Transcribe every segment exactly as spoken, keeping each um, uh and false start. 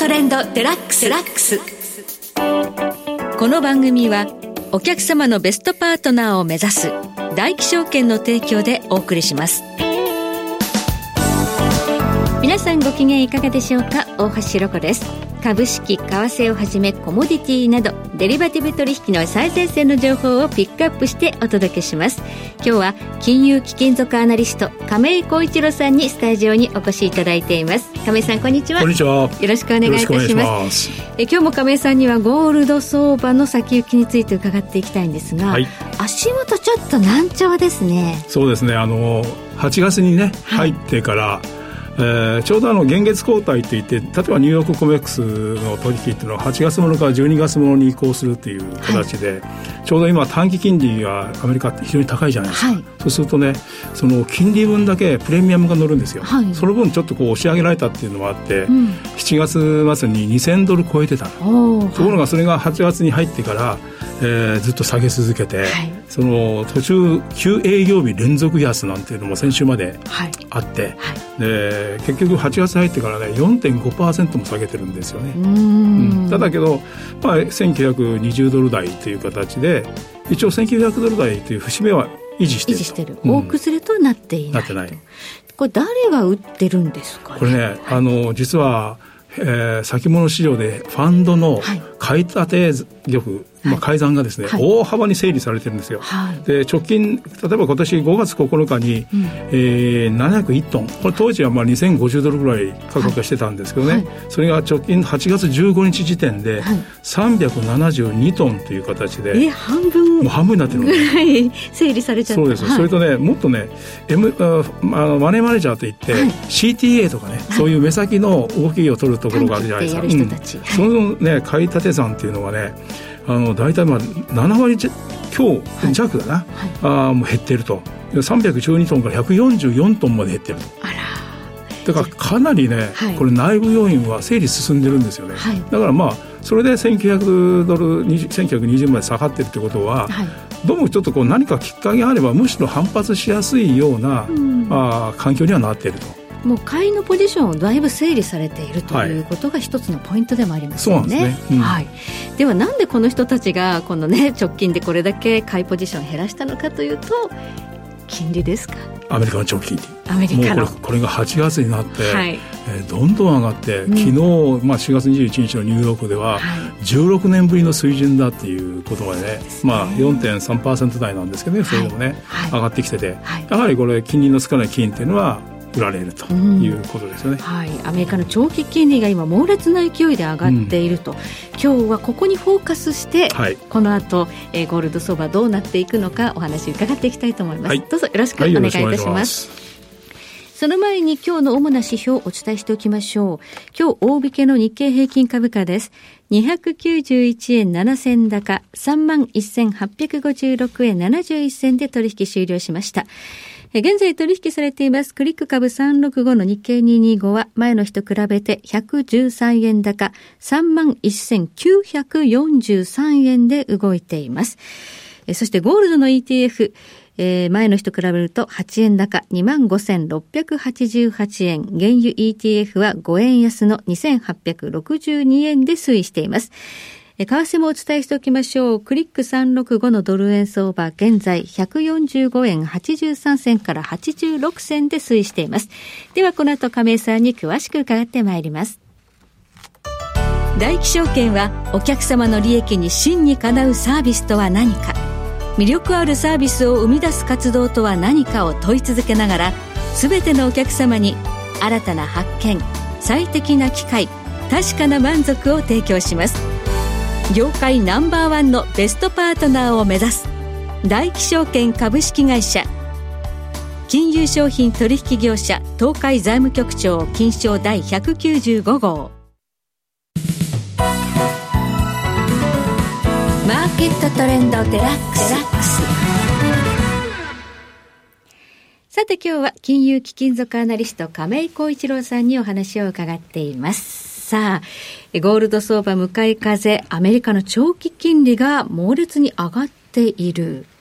トレンドデラックス。デラックス。この番組はお客様のベストパートナーを目指す大気証券の提供でお送りします。皆さんご機嫌いかがでしょうか。大橋ロコです。株式、為替をはじめコモディティなどデリバティブ取引の最前線の情報をピックアップしてお届けします。今日は金融貴金属アナリスト亀井浩一郎さんにスタジオにお越しいただいています。亀井さん、こんにちは。 こんにちは。 よろしくお願いいたします。ますえ今日も亀井さんにはゴールド相場の先行きについて伺っていきたいんですが、はい、足元ちょっと難聴ですね。 そうですね、あのはちがつにね、はい、入ってからえー、ちょうどあの現月交代といって、例えばニューヨークコメックスの取引っていうのははちがつものからじゅうにがつものに移行するっていう形で、はい、ちょうど今短期金利がアメリカって非常に高いじゃないですか、はい、そうするとね、その金利分だけプレミアムが乗るんですよ、はい、その分ちょっとこう押し上げられたっていうのもあって、うん、しちがつ末ににせんドル超えてたの。ところがそれがはちがつに入ってから、えー、ずっと下げ続けて、はい、その途中きゅう営業日連続安なんていうのも先週まであって、はいはい、で結局はちがつ入ってからね よんてんごパーセント も下げてるんですよね。うーん、うん、ただけど、まあ、せんきゅうひゃくにじゅうドル台という形で一応せんきゅうひゃくドル台という節目は維持していると。維持してる、うん、大崩れとはなっていないと。なってない。 これ誰が売ってるんですかね。 これね、はい、あの実はえー、先物市場でファンドの買い立て玉、はい、まあ、改ざんがですね、はい、大幅に整理されてるんですよ、はい、で直近例えば今年ごがつここのかに、うん、えー、ななひゃくいちトン、これ当時はまあにせんごじゅうドルぐらい価格がしてたんですけどね、はい、それが直近はちがつじゅうごにち時点でさんびゃくななじゅうにトンという形で、 え半分もう半分になってるので整理されちゃった。 そうです、はい、それとね、もっとね、M、あのマネーマネージャーといって、はい、シーティーエー とかね、はい、そういう目先の動きを取るところがあるじゃないですか、うん、そのね、買い立て算っていうのがね、あの大体まあななわり強弱だな、はいはい、あもう減っていると。さんびゃくじゅうにトンからひゃくよんじゅうよんトンまで減っていると。あら、だからかなりね、はい、これ内部要因は整理進んでるんですよね、はい、だからまあそれでせんきゅうひゃくドルせんきゅうひゃくにじゅうまで下がってるってことは、はい、どうもちょっとこう何かきっかけがあればむしろ反発しやすいような、うん、あ環境にはなっていると。 もう買いのポジションをだいぶ整理されているということが一つのポイントでもありますよね。そうなんですね、うん、はい、ではなんでこの人たちがこの、ね、直近でこれだけ買いポジションを減らしたのかというと、金利ですか。 アメリカの長期金利、 アメリカのもうこれ、これがはちがつになって、はい、えー、どんどん上がって、うん、昨日、まあ、しがつにじゅういちにちのニューヨークでは、はい、じゅうろくねんぶりの水準だっていうことが ね, ね、まあ、よんてんさんパーセント 台なんですけどね、それでもね、はい、上がってきてて、はい、やはりこれ金利の少ない金っていうのは売られるということですよね、うん、はい、 アメリカの長期金利が今猛烈な勢いで上がっていると、うん、今日はここにフォーカスして、はい、この後、えー、ゴールド相場どうなっていくのかお話伺っていきたいと思います、はい、どうぞよろしくお願いいたします、はい、よろしくお願いします。その前に今日の主な指標をお伝えしておきましょう。今日大引けの日経平均株価です。にひゃくきゅうじゅういちえんななせん高 さんまんせんはっぴゃくごじゅうろくえんななじゅういっせんで取引終了しました。現在取引されていますクリック株さんろくごの日経にひゃくにじゅうごは前の日と比べてひゃくじゅうさんえん高 さんまんせんきゅうひゃくよんじゅうさんえんで動いています。そしてゴールドの イーティーエフ、えー、前の日と比べるとはちえん高 にまんごせんろっぴゃくはちじゅうはちえん、原油 イーティーエフ はごえん安のにせんはっぴゃくろくじゅうにえんで推移しています。為替もお伝えしておきましょう。クリックさんろくごのドル円相場、現在ひゃくよんじゅうごえんはちじゅうさんせんからはちじゅうろくせんで推移しています。ではこの後亀井さんに詳しく伺ってまいります。大気証券はお客様の利益に真にかなうサービスとは何か、魅力あるサービスを生み出す活動とは何かを問い続けながら、すべてのお客様に新たな発見、最適な機会、確かな満足を提供します。業界ナンバーワンのベストパートナーを目指す大気証券株式会社、金融商品取引業者東海財務局長金商第ひゃくきゅうじゅうご号。マーケットトレンドデラックス。さて今日は金融貴金属アナリスト亀井浩一郎さんにお話を伺っています。さあ、ゴールド相場向かい風、アメリカの長期金利が猛烈に上がっている。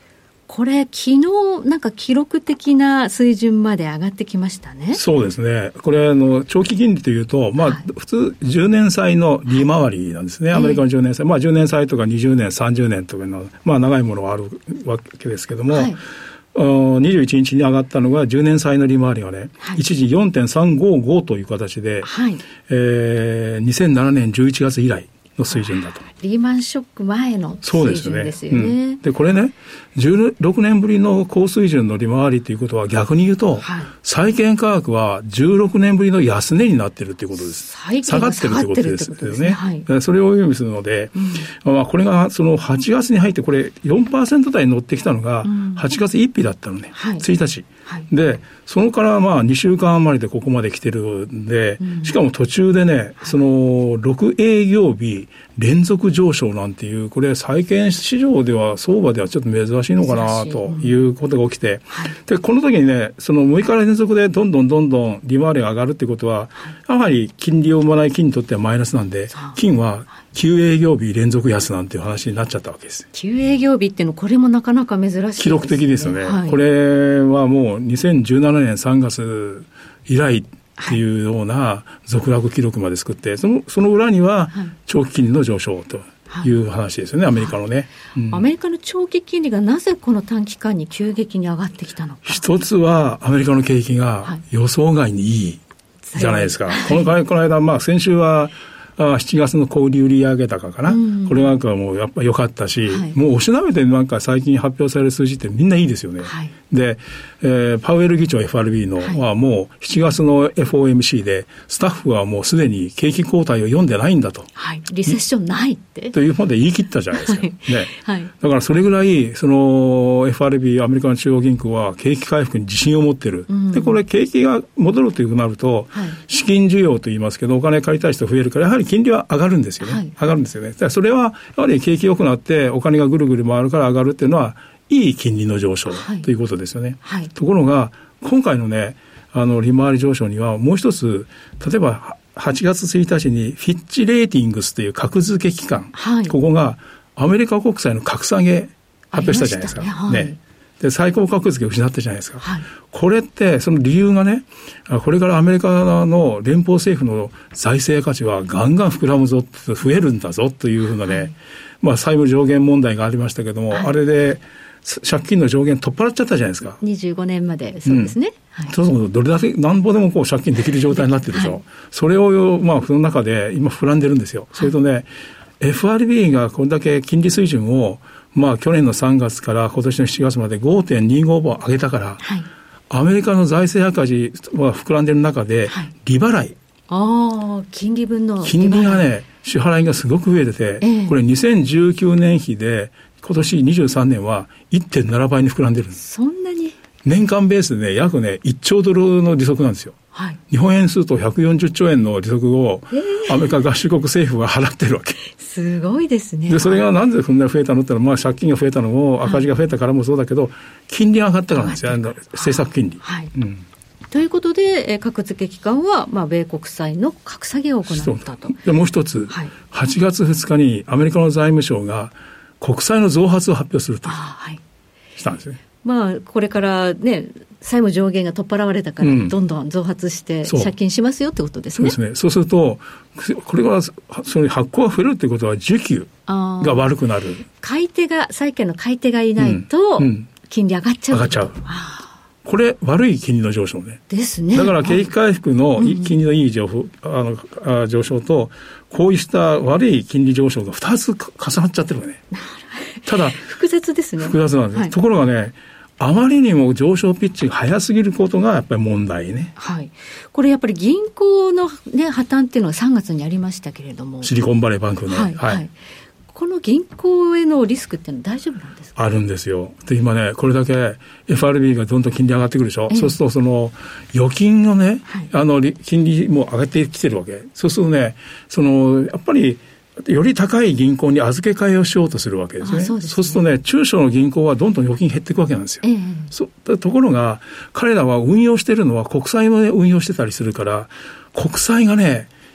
これ昨日なんか記録的な水準まで上がってきましたね。 そうですね。これあの長期金利というと、まあ、はい、普通じゅうねん債の利回りなんですね、はい、アメリカのじゅうねん債、まあ、じゅうねん債とかにじゅうねんさんじゅうねんとかの、まあ、長いものがあるわけですけども、はい、にじゅういちにちに上がったのがじゅうねん債の利回りがね、はい、一時 よんてんさんごご という形で、はい、えー、にせんななねんじゅういちがつ以来の水準だと。 リーマンショック前の水準ですよね。 そうですね。うん、でこれね、じゅうろくねんぶりの高水準の利回りということは逆に言うと、はい、債券価格はじゅうろくねんぶりの安値になっているということです。下がっているということですよね。はい、それを意味するので、うん、まあ、これがそのはちがつに入ってこれ よんパーセント 台に乗ってきたのがはちがつついたちだったのね、はい、ついたち、はい、でそこからまあにしゅうかん余りでここまで来てるんで、うん、しかも途中でね、そのろくえいぎょうび連続上昇なんていう、これ債券市場では相場ではちょっと珍しいのかなということが起きて、はい、でこの時にね、そのむいか連続でどんどんどんどん利回りが上がるってことは、やはり金利を生まない金にとってはマイナスなんで、金はきゅうえいぎょうび連続安なんていう話になっちゃったわけです。 きゅうえいぎょうびっていうの、これもなかなか珍しいですね。 記録的ですよね、はい、これはもうにせんじゅうななねんさんがつ以来っていうような続落記録まで作って、その、その裏には長期金利の上昇という話ですよね、はい、アメリカのね、 うん、アメリカの長期金利がなぜこの短期間に急激に上がってきたのか。 一つはアメリカの景気が予想外にいいじゃないですか、はい、この、この間、まあ、先週はあしちがつの小売売上高かな、うん、これなんかもうやっぱ良かったし、はい、もうおしなべてなんか最近発表される数字ってみんないいですよね、はい、で、えー、パウエル議長 エフアールビー の、はい、はもうしちがつの エフオーエムシー でスタッフはもうすでに景気後退を読んでないんだと、 はい、リセッションないってというまで言い切ったじゃないですか、はいねはい、 だからそれぐらいその エフアールビー アメリカの中央銀行は景気回復に自信を持ってる、うん、でこれ景気が戻るというふうになると、はい、資金需要といいますけどお金借りたい人増えるからやはり金利は上がるんですよね、はい、上がるんですよね。だからそれはやはり景気良くなってお金がぐるぐる回るから上がるっていうのはいい金利の上昇ということですよね、はいはい、ところが今回のねあの利回り上昇にはもう一つ、例えばはちがつついたちにフィッチレーティングスという格付け機関、はい、ここがアメリカ国債の格下げ発表したじゃないですか、ねはいね、で最高格付けを失ったじゃないですか、はい、これってその理由がね、これからアメリカの連邦政府の財政価値はガンガン膨らむぞ、増えるんだぞというふうなね、はい、まあ債務上限問題がありましたけども、はい、あれで借金の上限取っ払っちゃったじゃないですか。 にじゅうごねんまでそうですね、 うんはい、そうそうどれだけなんぼでもこう借金できる状態になってるでしょ、はい、それをまあその中で今膨らんでるんですよ、はい、それとね エフアールビー がこれだけ金利水準をまあ去年のさんがつから今年のしちがつまで ごてんにご 上げたから、はい、アメリカの財政赤字は膨らんでる中で利払い、はい、 あ金利分の金利がね支払いがすごく増えてて、えー、これにせんじゅうきゅうねん比で今年にじゅうさんねんは いってんなな 倍に膨らんでるんです。 そんなに年間ベースでね約ねいっちょうドルの利息なんですよ、はい、日本円数とひゃくよんじゅっちょうえんの利息をアメリカ合衆国政府が払ってるわけ、 えー、すごいですね。 でそれがなんでそんな増えたのってのは、まあ、借金が増えたのも赤字が増えたからもそうだけど、はい、金利が上がったからなんですよ、あの政策金利、はいうんということで、え格付け機関は、まあ、米国債の格下げを行ったと。 でもう一つ、はい、はちがつふつかにアメリカの財務省が国債の増発を発表すると、はい、したんですね。 まあ、これからね債務上限が取っ払われたから、うん、どんどん増発して借金しますよってことですね。 そうですね。そうするとこれがその発行が増えるってことは需給が悪くなる。 買い手が債券の買い手がいないと、うんうん、金利上がっちゃう。 上がっちゃう。これ悪い金利の上昇ね。 ですね。 だから景気回復の金利のいい上昇、うん、あの上昇とこうした悪い金利上昇がふたつ重なっちゃってるわね。ただ複雑ですね。 複雑なんです、はい、ところがねあまりにも上昇ピッチが早すぎることがやっぱり問題ね。 はい。これやっぱり銀行の、ね、破綻っていうのはさんがつにありましたけれども。 シリコンバレーバンクね。 はい。はいはい、この銀行へのリスクっていうのは大丈夫なんですか？ あるんですよ。で今ねこれだけ エフアールビー がどんどん金利上がってくるでしょ。えー、そうするとその預金のね、はい、あの金利も上がってきてるわけ。そうするとねそのやっぱりより高い銀行に預け替えをしようとするわけですね。そうですね。そうするとね中小の銀行はどんどん預金減っていくわけなんですよ。えー、そところが彼らは運用してるのは国債も、ね、運用してたりするから国債がね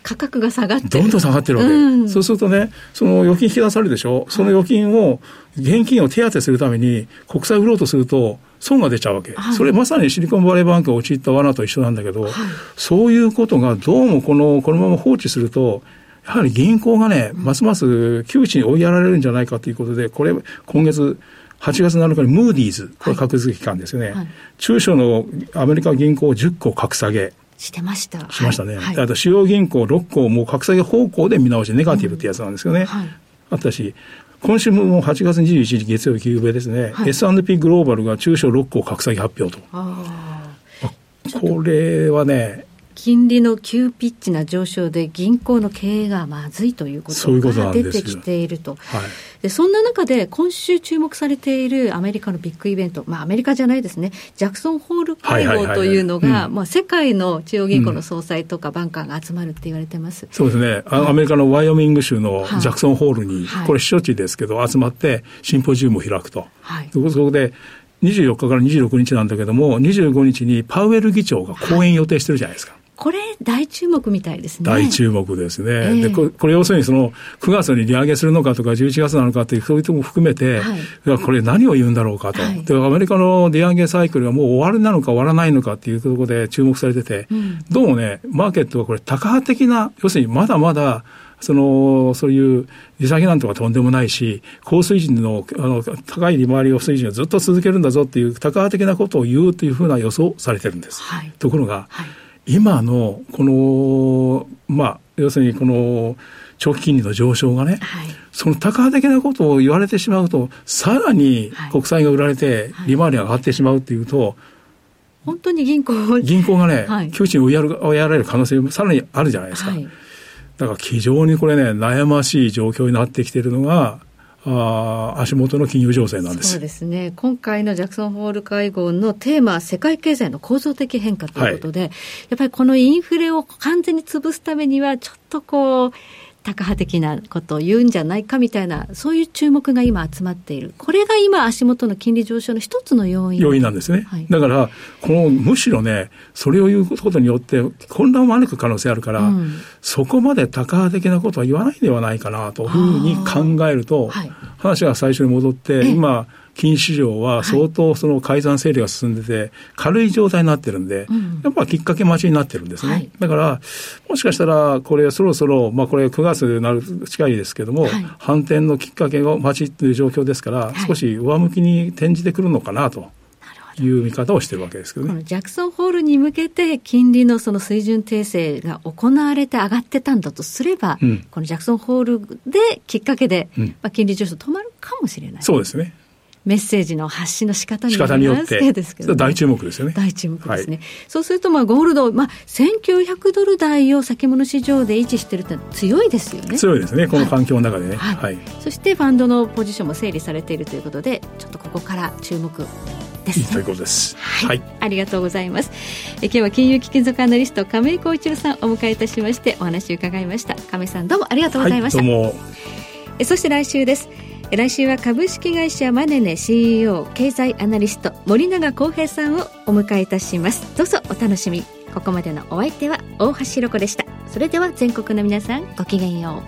価格が下がってる、 どんどん下がってるわけ、うん、そうするとね、その預金引き出されるでしょ、その預金を現金を手当てするために国債売ろうとすると損が出ちゃうわけ、はい、それまさにシリコンバレーバンクが陥った罠と一緒なんだけど、はい、そういうことがどうもこのこのまま放置するとやはり銀行がね、ますます窮地に追いやられるんじゃないかということで、これ今月はちがつなのかにムーディーズ、これ格付け機関ですよね、はいはい、中小のアメリカ銀行じゅっこ格下げしてました。 しましたね。 はい、 あと主要銀行ろっこも格下げ方向で見直し、ネガティブってやつなんですよね。うんはい、あったし、今週もはちがつにじゅういちにち月曜日急べですね、はい、エスアンドピー グローバルが中小ろっこ格下げ発表と。あこれはね、 金利の急ピッチな上昇で銀行の経営がまずいということが出てきていると。はい、でそんな中で今週注目されているアメリカのビッグイベント、まあアメリカじゃないですね、ジャクソンホール会合というのが世界の中央銀行の総裁とかバンカーが集まるって言われてます。うん、 そうですね、あのアメリカのワイオミング州のジャクソンホールに、はい、これ避暑地ですけど集まってシンポジウムを開くと。はい、そこでにじゅうよっかからにじゅうろくにちなんだけども、にじゅうごにちにパウエル議長が講演予定してるじゃないですか。はい、 これ大注目みたいですね。 大注目ですね。えー、でこ、これ要するにそのくがつに利上げするのかとかじゅういちがつなのかというそういうところも含めて、はい、これ何を言うんだろうかと、はい、でアメリカの利上げサイクルがもう終わるなのか終わらないのかっていうところで注目されてて、うん、どうもねマーケットはこれタカ派的な、要するにまだまだそのそういう利下げなんとかとんでもないし、高水準の、あの高い利回りを水準をずっと続けるんだぞっていうタカ派的なことを言うというふうな予想されてるんです。はい、ところが、はい、今のこのまあ要するにこの長期金利の上昇がね、はい、そのタカ派的なことを言われてしまうと、さらに国債が売られて利回りが上がってしまうっていうと、はいはい、 本当に銀行銀行がね、はい、窮地に追いやる追いやられる可能性もさらにあるじゃないですか。はい、だから非常にこれね悩ましい状況になってきているのがあ足元の金融情勢なんです。 そうですね。今回のジャクソンホール会合のテーマは世界経済の構造的変化ということで、はい、やっぱりこのインフレを完全に潰すためにはちょっとこうタカ派的なことを言うんじゃないかみたいな、そういう注目が今集まっている。これが今足元の金利上昇の一つの要因要因なんですね。はい、だからこのむしろねそれを言うことによって混乱を招く可能性あるから、うん、そこまでタカ派的なことは言わないではないかなというふうに考えると、はい、話が最初に戻って今金市場は相当その改ざん整理が進んでて軽い状態になってるんで、うん、やっぱきっかけ待ちになってるんですね。はい、だからもしかしたらこれそろそろ、まあこれくがつになる近いですけども、はい、反転のきっかけを待ちという状況ですから、はい、少し上向きに転じてくるのかなという見方をしているわけですけどね。 このジャクソンホールに向けて金利のその水準訂正が行われて上がってたんだとすれば、うん、このジャクソンホールできっかけで、うんまあ、金利上昇止まるかもしれない。 そうですね。 メッセージの発信の仕方によりますけですけど、ね、 大注目ですよね。 大注目ですね。はい、そうするとまあゴールド、まあ、せんきゅうひゃくドル台を先物市場で維持しているってのは強いですよね。 強いですね、この環境の中でね。 はいはいはい、そしてファンドのポジションも整理されているということで、ちょっとここから注目ですね。 いいということです。 はい、はい、ありがとうございます。え今日は金融貴金属アナリスト亀井浩一郎さんをお迎えいたしましてお話を伺いました。亀井さんどうもありがとうございました。 はい、どうも。 えそして来週です。来週は株式会社マネネ シーイーオー 経済アナリスト森永康平さんをお迎えいたします。どうぞお楽しみ。ここまでのお相手は大橋ロコでした。それでは全国の皆さんごきげんよ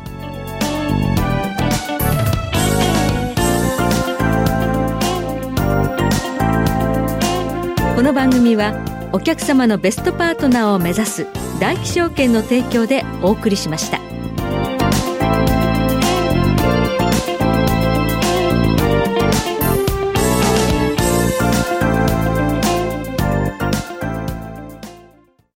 う。この番組はお客様のベストパートナーを目指す大気証券の提供でお送りしました。